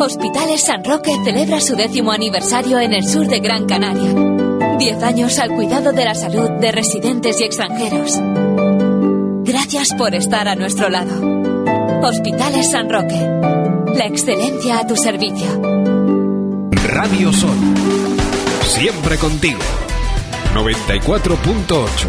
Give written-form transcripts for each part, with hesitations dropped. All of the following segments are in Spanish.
Hospitales San Roque celebra su 10º aniversario en el sur de Gran Canaria. 10 años al cuidado de la salud de residentes y extranjeros. Gracias por estar a nuestro lado. Hospitales San Roque. La excelencia a tu servicio. Radio Sol. Siempre contigo. 94.8.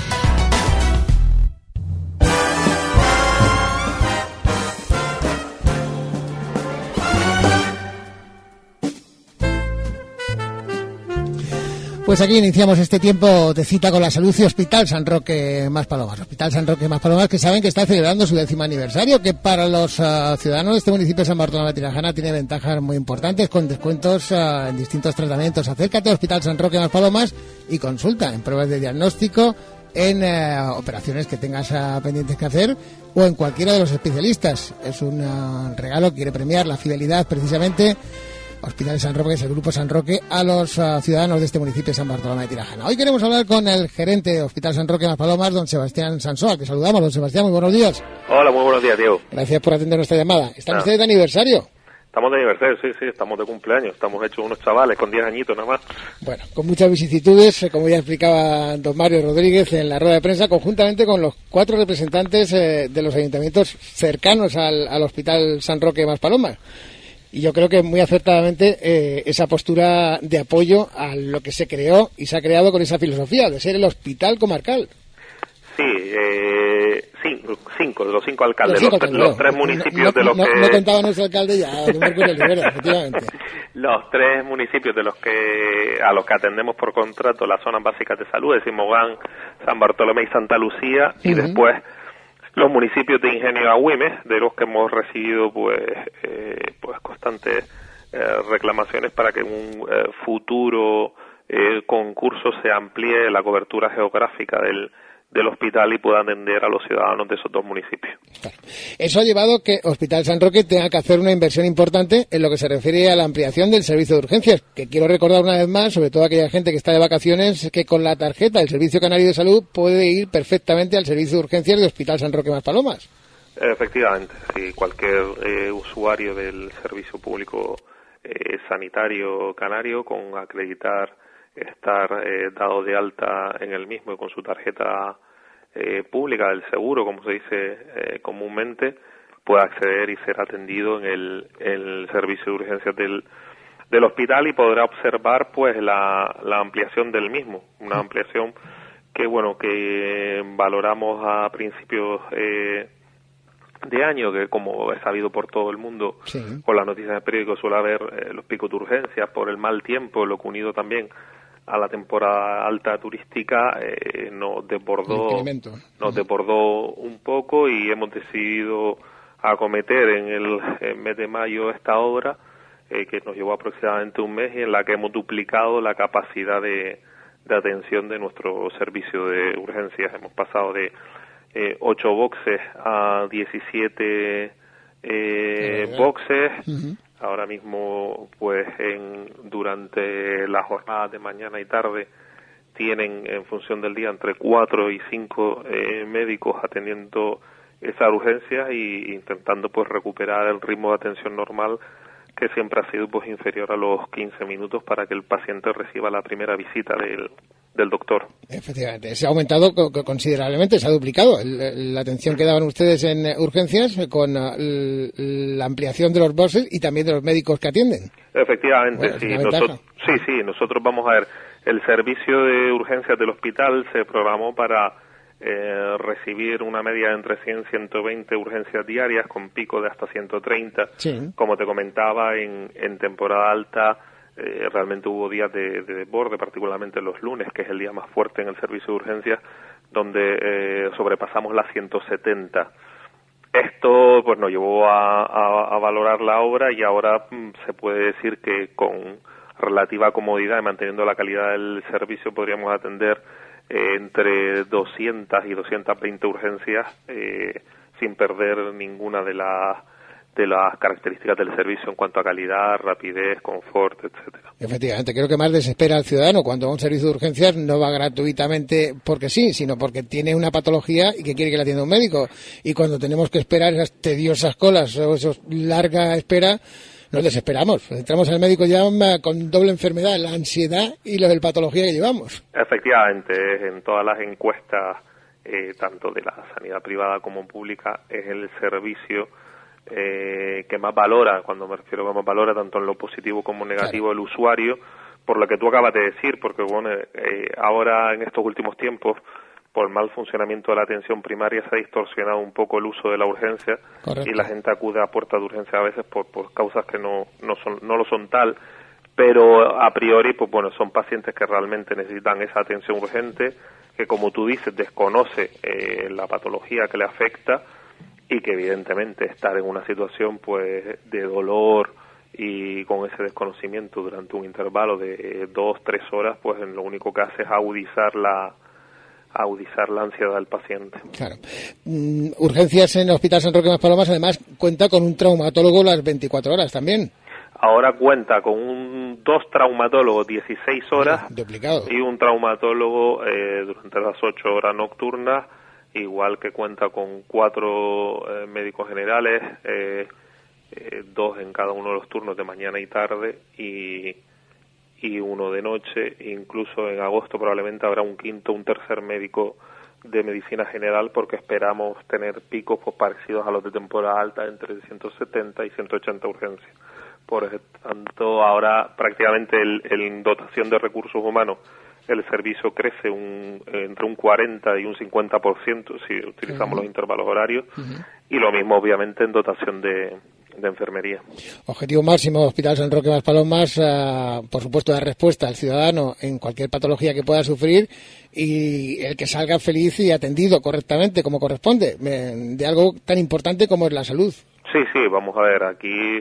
Pues aquí iniciamos este tiempo de cita con la salud y Hospital San Roque Maspalomas. Hospital San Roque Maspalomas, que saben que está celebrando su 10º aniversario, que para los ciudadanos de este municipio de San Bartolomé de Tirajana tiene ventajas muy importantes, con descuentos en distintos tratamientos. Acércate a Hospital San Roque Maspalomas y consulta en pruebas de diagnóstico, en operaciones que tengas pendientes que hacer o en cualquiera de los especialistas. Es un regalo que quiere premiar la fidelidad precisamente Hospital San Roque, es el Grupo San Roque, a los ciudadanos de este municipio de San Bartolomé de Tirajana. Hoy queremos hablar con el gerente de Hospital San Roque Maspalomas, don Sebastián Sansoa, que saludamos. Don Sebastián, muy buenos días. Hola, muy buenos días, Diego. Gracias por atender nuestra llamada. ¿Están ustedes de aniversario? Estamos de aniversario, sí, estamos de cumpleaños. Estamos hechos unos chavales con 10 añitos nada más. Bueno, con muchas vicisitudes, como ya explicaba don Mario Rodríguez en la rueda de prensa, conjuntamente con los 4 representantes de los ayuntamientos cercanos al Hospital San Roque Maspalomas. Y yo creo que muy acertadamente esa postura de apoyo a lo que se creó y se ha creado con esa filosofía de ser el hospital comarcal. Sí, 5 de los 5 alcaldes, los 3 municipios de los que... No contaba nuestro alcalde ya, don Marcos Olivera, efectivamente. Los 3 municipios de los que a los que atendemos por contrato las zonas básicas de salud, es decir, Mogán, San Bartolomé y Santa Lucía, y después los municipios de Ingenio y Agüimes, de los que hemos recibido pues constantes reclamaciones para que en un futuro concurso se amplíe la cobertura geográfica del hospital y pueda atender a los ciudadanos de esos 2 municipios. Claro. Eso ha llevado que Hospital San Roque tenga que hacer una inversión importante en lo que se refiere a la ampliación del servicio de urgencias, que quiero recordar una vez más, sobre todo a aquella gente que está de vacaciones, que con la tarjeta del Servicio Canario de Salud puede ir perfectamente al servicio de urgencias de Hospital San Roque Maspalomas. Efectivamente, sí, cualquier usuario del servicio público sanitario canario con acreditar estar dado de alta en el mismo y con su tarjeta pública del seguro, como se dice comúnmente, puede acceder y ser atendido en el servicio de urgencias del hospital y podrá observar pues la ampliación del mismo, una ampliación que valoramos a principios de año, que como es sabido por todo el mundo, con las noticias de periódicos suele haber los picos de urgencias por el mal tiempo, lo que unido también a la temporada alta turística nos desbordó un poco y hemos decidido acometer en el mes de mayo esta obra que nos llevó aproximadamente un mes y en la que hemos duplicado la capacidad de atención de nuestro servicio de urgencias. Hemos pasado de 8 boxes a 17 boxes. Ahora mismo, pues, durante las jornadas de mañana y tarde tienen, en función del día, entre 4 y 5 médicos atendiendo esa urgencia y intentando, pues, recuperar el ritmo de atención normal que siempre ha sido, pues, inferior a los 15 minutos para que el paciente reciba la primera visita del doctor. Efectivamente, se ha aumentado considerablemente, se ha duplicado la atención que daban ustedes en urgencias con la ampliación de los boxes y también de los médicos que atienden. Efectivamente, nosotros vamos a ver, el servicio de urgencias del hospital se programó para recibir una media de entre 100 y 120 urgencias diarias con pico de hasta 130. Como te comentaba, en temporada alta realmente hubo días de desborde, particularmente los lunes, que es el día más fuerte en el servicio de urgencias, donde sobrepasamos las 170. Esto pues nos llevó a valorar la obra y ahora se puede decir que con relativa comodidad y manteniendo la calidad del servicio podríamos atender entre 200 y 220 urgencias sin perder ninguna de las características del servicio en cuanto a calidad, rapidez, confort, etcétera. Efectivamente, creo que más desespera al ciudadano cuando va a un servicio de urgencias no va gratuitamente porque sí, sino porque tiene una patología y que quiere que la atienda un médico. Y cuando tenemos que esperar esas tediosas colas o esa larga espera, Nos desesperamos. Entramos al médico ya con doble enfermedad, la ansiedad y lo del patología que llevamos. Efectivamente, en todas las encuestas, tanto de la sanidad privada como pública, es el servicio que más valora, cuando me refiero a más valora, tanto en lo positivo como negativo, el usuario, por lo que tú acabas de decir, porque bueno, ahora en estos últimos tiempos, por el mal funcionamiento de la atención primaria, se ha distorsionado un poco el uso de la urgencia. Correcto. Y la gente acude a puertas de urgencia a veces por causas que no lo son tal, pero a priori, pues bueno, son pacientes que realmente necesitan esa atención urgente, que como tú dices, desconoce la patología que le afecta, y que evidentemente estar en una situación pues de dolor y con ese desconocimiento durante un intervalo de 2-3 horas, pues lo único que hace es agudizar la ansiedad del paciente. Claro. Urgencias en el Hospital San Roque Maspalomas además cuenta con un traumatólogo las 24 horas también. Ahora cuenta con 2 traumatólogos 16 horas duplicado, y un traumatólogo durante las 8 horas nocturnas, igual que cuenta con 4 médicos generales, 2 en cada uno de los turnos de mañana y tarde y 1 de noche. Incluso en agosto probablemente habrá un tercer médico de medicina general, porque esperamos tener picos pues parecidos a los de temporada alta, entre 170 y 180 urgencias. Por tanto, ahora prácticamente en dotación de recursos humanos el servicio crece entre un 40 y un 50% si utilizamos los intervalos horarios, y lo mismo obviamente en dotación de enfermería. Objetivo máximo Hospital San Roque Maspalomas, por supuesto, dar respuesta al ciudadano en cualquier patología que pueda sufrir, y el que salga feliz y atendido correctamente como corresponde, de algo tan importante como es la salud. Sí, vamos a ver, aquí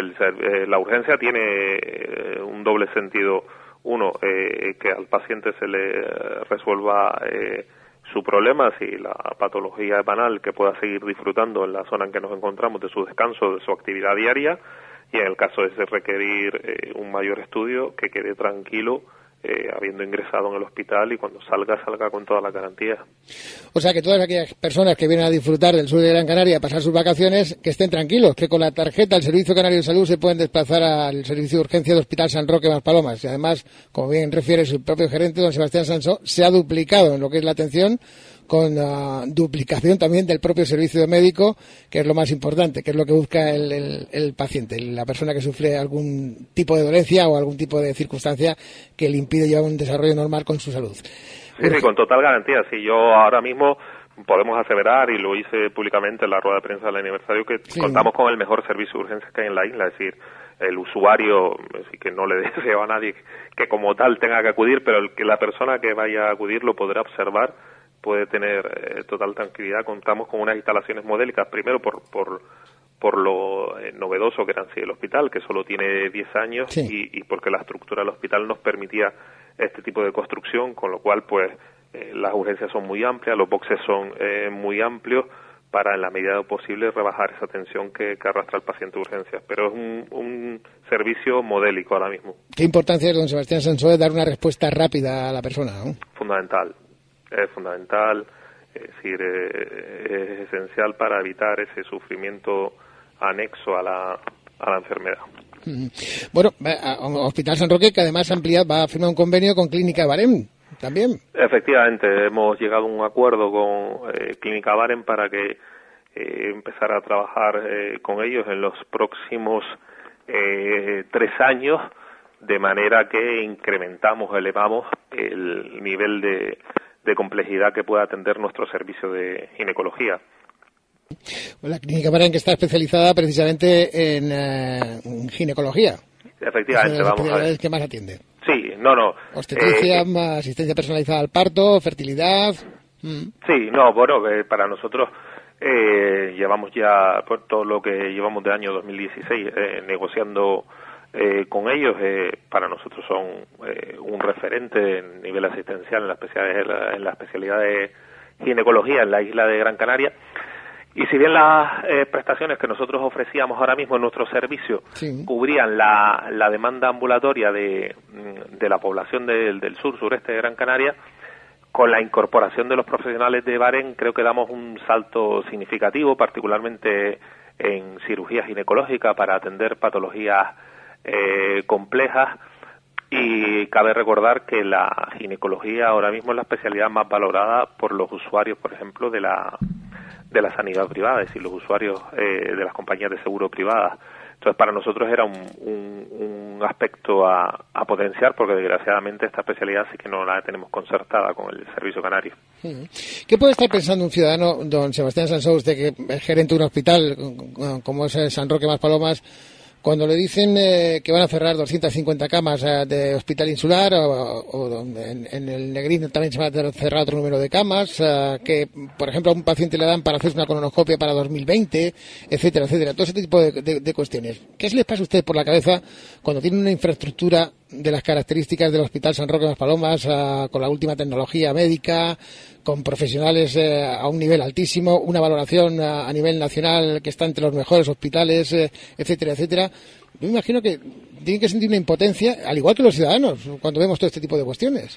la urgencia tiene un doble sentido. Uno, que al paciente se le resuelva su problema, si la patología es banal, que pueda seguir disfrutando en la zona en que nos encontramos de su descanso, de su actividad diaria, y en el caso de requerir un mayor estudio, que quede tranquilo habiendo ingresado en el hospital, y cuando salga con todas las garantías. O sea, que todas aquellas personas que vienen a disfrutar del sur de Gran Canaria, a pasar sus vacaciones, que estén tranquilos, que con la tarjeta del Servicio Canario de Salud se pueden desplazar al servicio de urgencia del Hospital San Roque Maspalomas. Y además, como bien refiere su propio gerente, don Sebastián Sansó, se ha duplicado en lo que es la atención, con duplicación también del propio servicio médico, que es lo más importante, que es lo que busca el paciente, la persona que sufre algún tipo de dolencia o algún tipo de circunstancia que le impide llevar un desarrollo normal con su salud. Sí, con total garantía. Sí, yo ahora mismo podemos aseverar, y lo hice públicamente en la rueda de prensa del aniversario, que contamos con el mejor servicio de urgencias que hay en la isla. Es decir, el usuario, que no le deseo a nadie que como tal tenga que acudir, pero que la persona que vaya a acudir lo podrá observar, puede tener total tranquilidad. Contamos con unas instalaciones modélicas, primero por lo novedoso que era en sí el hospital, que solo tiene 10 años, y porque la estructura del hospital nos permitía este tipo de construcción, con lo cual pues las urgencias son muy amplias, los boxes son muy amplios, para en la medida de lo posible rebajar esa tensión que arrastra el paciente de urgencias. Pero es un servicio modélico ahora mismo. ¿Qué importancia es, don Sebastián Sansó, de dar una respuesta rápida a la persona, ¿no? Es fundamental, es decir, es esencial para evitar ese sufrimiento anexo a la enfermedad. Bueno, Hospital San Roque, que además va a firmar un convenio con Clínica Barem también. Efectivamente, hemos llegado a un acuerdo con Clínica Barem para que empezar a trabajar con ellos en los próximos 3 años, de manera que elevamos el nivel de complejidad que pueda atender nuestro servicio de ginecología. La Clínica Barem, que está especializada precisamente en ginecología. Efectivamente, vamos a ver. ¿Qué más atiende? Sí, obstetricia, asistencia personalizada al parto, fertilidad. Sí, para nosotros llevamos ya por todo lo que llevamos de año 2016 negociando con ellos. Para nosotros son un referente en nivel asistencial en la especialidad de ginecología en la isla de Gran Canaria. Y si bien las prestaciones que nosotros ofrecíamos ahora mismo en nuestro servicio cubrían la demanda ambulatoria de la población del sureste de Gran Canaria, con la incorporación de los profesionales de Barem creo que damos un salto significativo, particularmente en cirugía ginecológica para atender patologías complejas. Y cabe recordar que la ginecología ahora mismo es la especialidad más valorada por los usuarios, por ejemplo, de la sanidad privada, es decir, los usuarios de las compañías de seguro privadas. Entonces, para nosotros era un aspecto a potenciar, porque desgraciadamente esta especialidad sí que no la tenemos concertada con el Servicio Canario. ¿Qué puede estar pensando un ciudadano, don Sebastián Sansó, usted que es gerente de un hospital como es San Roque Maspalomas, cuando le dicen que van a cerrar 250 camas de hospital insular, o en el Negrín también se va a cerrar otro número de camas, que por ejemplo a un paciente le dan para hacer una colonoscopia para 2020, etcétera, etcétera, todo ese tipo de cuestiones? ¿Qué se les pasa a usted por la cabeza cuando tiene una infraestructura de las características del Hospital San Roque Maspalomas, con la última tecnología médica, con profesionales a un nivel altísimo, una valoración a nivel nacional que está entre los mejores hospitales, etcétera, etcétera? Yo me imagino que tienen que sentir una impotencia, al igual que los ciudadanos, cuando vemos todo este tipo de cuestiones.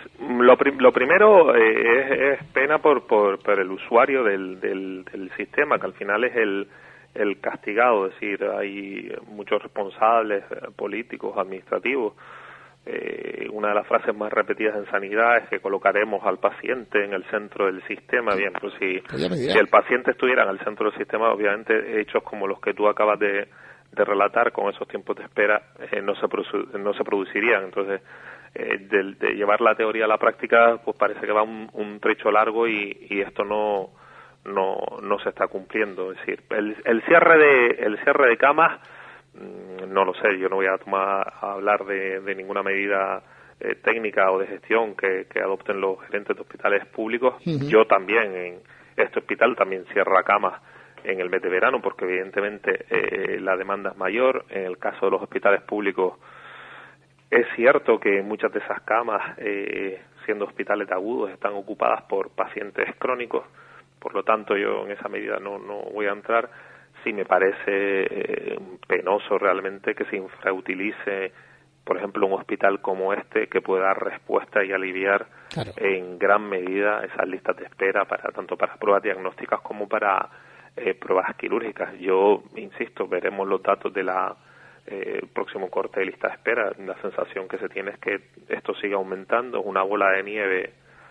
Lo primero es pena por el usuario del sistema, que al final es el castigado, es decir, hay muchos responsables políticos, administrativos. Una de las frases más repetidas en sanidad es que colocaremos al paciente en el centro del sistema. Bien, pues si el paciente estuviera en el centro del sistema, obviamente hechos como los que tú acabas de relatar, con esos tiempos de espera, no se producirían. Entonces, de llevar la teoría a la práctica, pues parece que va un trecho largo y esto no se está cumpliendo. Es decir, el cierre de camas, no lo sé, yo no voy a hablar de ninguna medida técnica o de gestión que adopten los gerentes de hospitales públicos. Yo también, en este hospital también cierra camas en el mes de verano, porque evidentemente la demanda es mayor. En el caso de los hospitales públicos, es cierto que muchas de esas camas, siendo hospitales agudos, están ocupadas por pacientes crónicos. Por lo tanto, yo en esa medida no voy a entrar. Sí me parece penoso realmente que se infrautilice, por ejemplo, un hospital como este, que pueda dar respuesta y aliviar en gran medida esas listas de espera tanto para pruebas diagnósticas como para pruebas quirúrgicas. Yo insisto, veremos los datos de próximo corte de lista de espera. La sensación que se tiene es que esto sigue aumentando, es una bola de nieve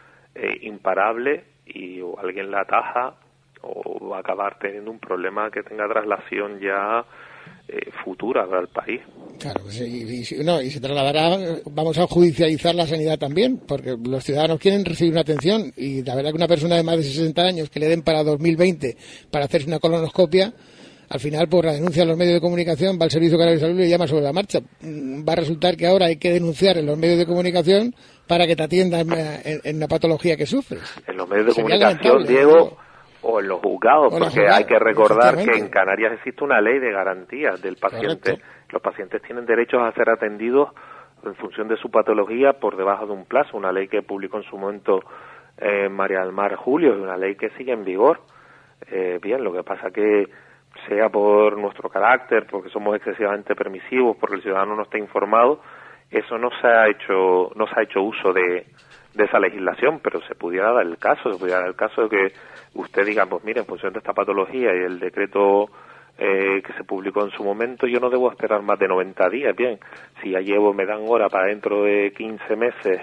imparable, y o alguien la ataja o va a acabar teniendo un problema que tenga traslación ya futura al país. Claro, y se trasladará, vamos a judicializar la sanidad también, porque los ciudadanos quieren recibir una atención, y la verdad que una persona de más de 60 años que le den para 2020 para hacerse una colonoscopia, al final, por la denuncia en los medios de comunicación, va al Servicio Canario de Salud y le llama sobre la marcha. Va a resultar que ahora hay que denunciar en los medios de comunicación para que te atiendan en la patología que sufres. En los medios de comunicación, Diego, o en los juzgados, porque hay que recordar que en Canarias existe una ley de garantías del paciente. Correcto. Los pacientes tienen derechos a ser atendidos en función de su patología por debajo de un plazo, una ley que publicó en su momento María del Mar Julio, y una ley que sigue en vigor. Bien, lo que pasa que sea por nuestro carácter, porque somos excesivamente permisivos, porque el ciudadano no está informado, eso no se ha hecho uso de esa legislación, pero se pudiera dar el caso de que usted diga, pues mire, en función de esta patología y el decreto que se publicó en su momento, yo no debo esperar más de 90 días, bien, si ya me dan hora para dentro de 15 meses,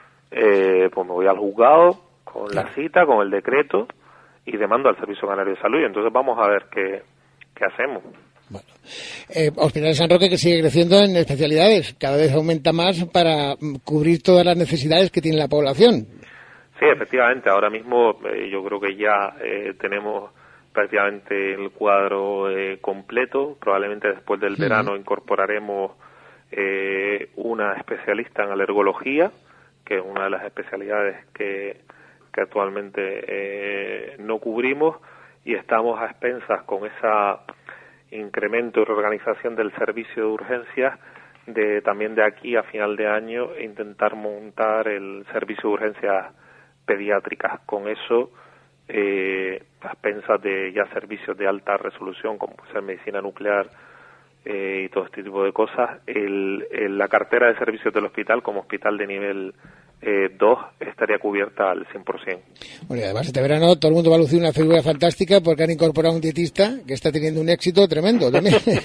pues me voy al juzgado con la cita, con el decreto, y demando al Servicio Canario de Salud, y entonces vamos a ver qué hacemos. Bueno, Hospital de San Roque, que sigue creciendo en especialidades, cada vez aumenta más para cubrir todas las necesidades que tiene la población. Sí, efectivamente, ahora mismo yo creo que ya tenemos prácticamente el cuadro completo. Probablemente después del verano incorporaremos una especialista en alergología, que es una de las especialidades que actualmente no cubrimos, y estamos a expensas con ese incremento y reorganización del servicio de urgencias también de aquí a final de año intentar montar el servicio de urgencias pediátricas. Con eso, a expensas de ya servicios de alta resolución, como puede ser medicina nuclear y todo este tipo de cosas, la cartera de servicios del hospital como hospital de nivel 2 estaría cubierta al 100%. Bueno, y además este verano todo el mundo va a lucir una figura fantástica porque han incorporado un dietista que está teniendo un éxito tremendo también. Sí,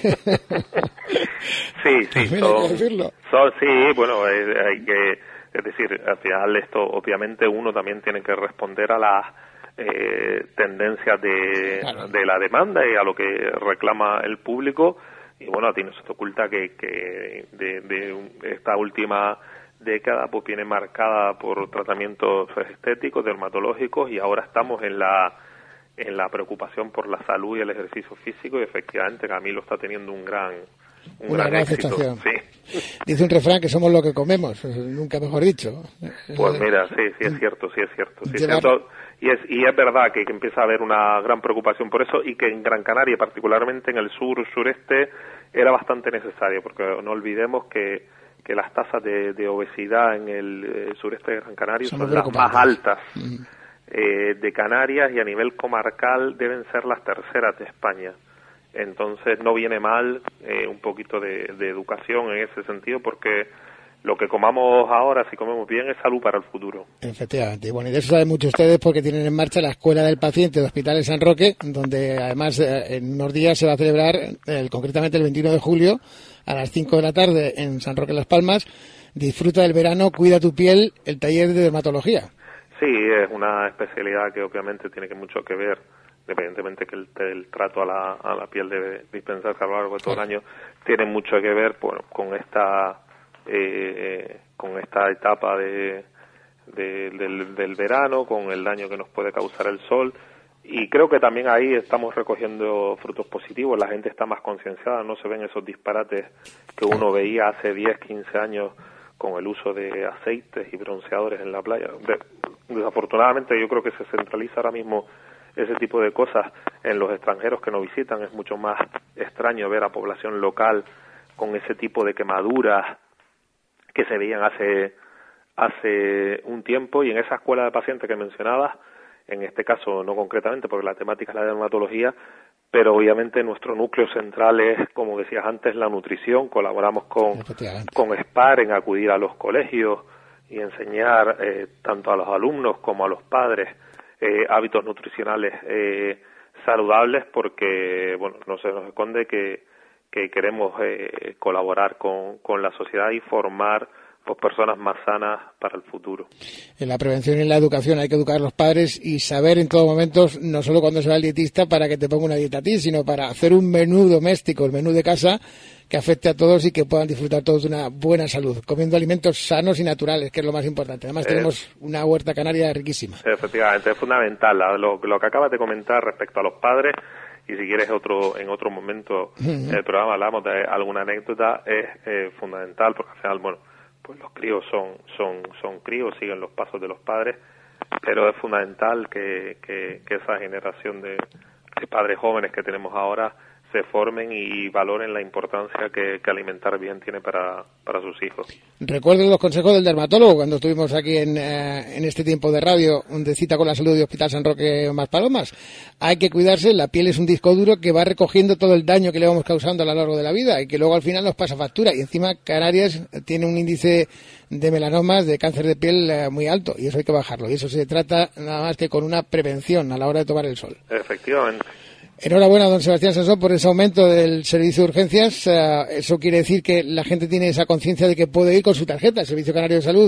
bueno, hay que, es decir, al final esto obviamente uno también tiene que responder a las tendencias de la demanda y a lo que reclama el público, y bueno, a ti no se te oculta que de esta última década pues viene marcada por tratamientos estéticos, dermatológicos, y ahora estamos en la preocupación por la salud y el ejercicio físico, y efectivamente Camilo está teniendo una gran éxito. Sí. Dice un refrán que somos lo que comemos, nunca mejor dicho. Pues mira, sí es cierto. Y es verdad que empieza a haber una gran preocupación por eso, y que en Gran Canaria, particularmente en el sureste, era bastante necesario, porque no olvidemos que las tasas de obesidad en el sureste de Gran Canaria son las más altas de Canarias, y a nivel comarcal deben ser las terceras de España. Entonces no viene mal un poquito de educación en ese sentido, porque lo que comamos ahora, si comemos bien, es salud para el futuro. Efectivamente. Y bueno, y de eso saben muchos ustedes porque tienen en marcha la Escuela del Paciente de Hospitales San Roque, donde además en unos días se va a celebrar, concretamente el 21 de julio, a las 5 de la tarde en San Roque Las Palmas. Disfruta del verano, cuida tu piel, el taller de dermatología. Sí, es una especialidad que obviamente tiene mucho que ver, independientemente que el trato a la piel debe dispensarse a lo largo de todo el año, tiene mucho que ver con esta etapa del verano, con el daño que nos puede causar el sol, y creo que también ahí estamos recogiendo frutos positivos. La gente está más concienciada, no se ven esos disparates que uno veía hace 10, 15 años con el uso de aceites y bronceadores en la playa. Desafortunadamente yo creo que se centraliza ahora mismo ese tipo de cosas en los extranjeros que nos visitan. Es mucho más extraño ver a población local con ese tipo de quemaduras que se veían hace un tiempo. Y en esa escuela de pacientes que mencionabas, en este caso no concretamente porque la temática es la dermatología, pero obviamente nuestro núcleo central es, como decías antes, la nutrición. Colaboramos con SPAR en acudir a los colegios y enseñar tanto a los alumnos como a los padres hábitos nutricionales saludables, porque bueno, no se nos esconde que queremos colaborar con la sociedad y formar pues personas más sanas para el futuro. En la prevención y en la educación hay que educar a los padres y saber en todo momento, no solo cuando se va al dietista para que te ponga una dieta a ti, sino para hacer un menú doméstico, el menú de casa, que afecte a todos y que puedan disfrutar todos de una buena salud, comiendo alimentos sanos y naturales, que es lo más importante. Además tenemos una huerta canaria riquísima. Efectivamente, es fundamental lo que acabas de comentar respecto a los padres. Y si quieres en otro momento en el programa hablamos de alguna anécdota, es fundamental, porque al final, bueno, pues los críos son críos, siguen los pasos de los padres, pero es fundamental que esa generación de padres jóvenes que tenemos ahora se formen y valoren la importancia que alimentar bien tiene para sus hijos. Recuerden los consejos del dermatólogo cuando estuvimos aquí en este tiempo de radio de Cita con la Salud de Hospital San Roque Maspalomas. Hay que cuidarse, la piel es un disco duro que va recogiendo todo el daño que le vamos causando a lo largo de la vida y que luego al final nos pasa factura. Y encima Canarias tiene un índice de melanomas, de cáncer de piel muy alto, y eso hay que bajarlo. Y eso se trata nada más que con una prevención a la hora de tomar el sol. Efectivamente. Enhorabuena, don Sebastián Sansó, por ese aumento del servicio de urgencias. Eso quiere decir que la gente tiene esa conciencia de que puede ir con su tarjeta, el Servicio Canario de Salud,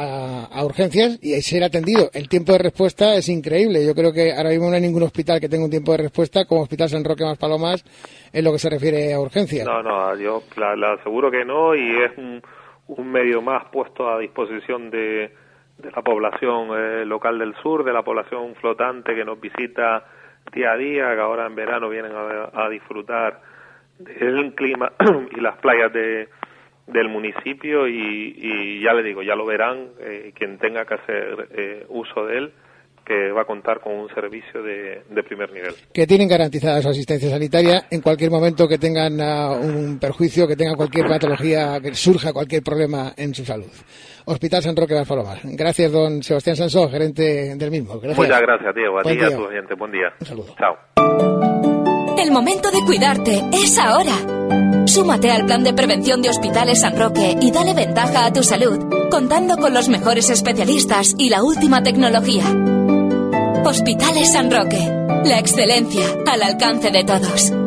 a urgencias y ser atendido. El tiempo de respuesta es increíble. Yo creo que ahora mismo no hay ningún hospital que tenga un tiempo de respuesta como Hospital San Roque Maspalomas en lo que se refiere a urgencias. No, yo la aseguro que no, y es un medio más puesto a disposición de la población local del sur, de la población flotante que nos visita día a día, que ahora en verano vienen a disfrutar del clima y las playas del municipio, y ya le digo, ya lo verán quien tenga que hacer uso de él, que va a contar con un servicio de primer nivel. Que tienen garantizada su asistencia sanitaria en cualquier momento que tengan un perjuicio, que tengan cualquier patología, que surja cualquier problema en su salud. Hospital San Roque Maspalomas. Gracias, don Sebastián Sansó, gerente del mismo. Gracias. Muchas gracias, Diego. A ti y a tu gente. Buen día. Un saludo. Chao. El momento de cuidarte es ahora. Súmate al plan de prevención de Hospitales San Roque y dale ventaja a tu salud. contando con los mejores especialistas y la última tecnología. Hospitales San Roque, la excelencia al alcance de todos.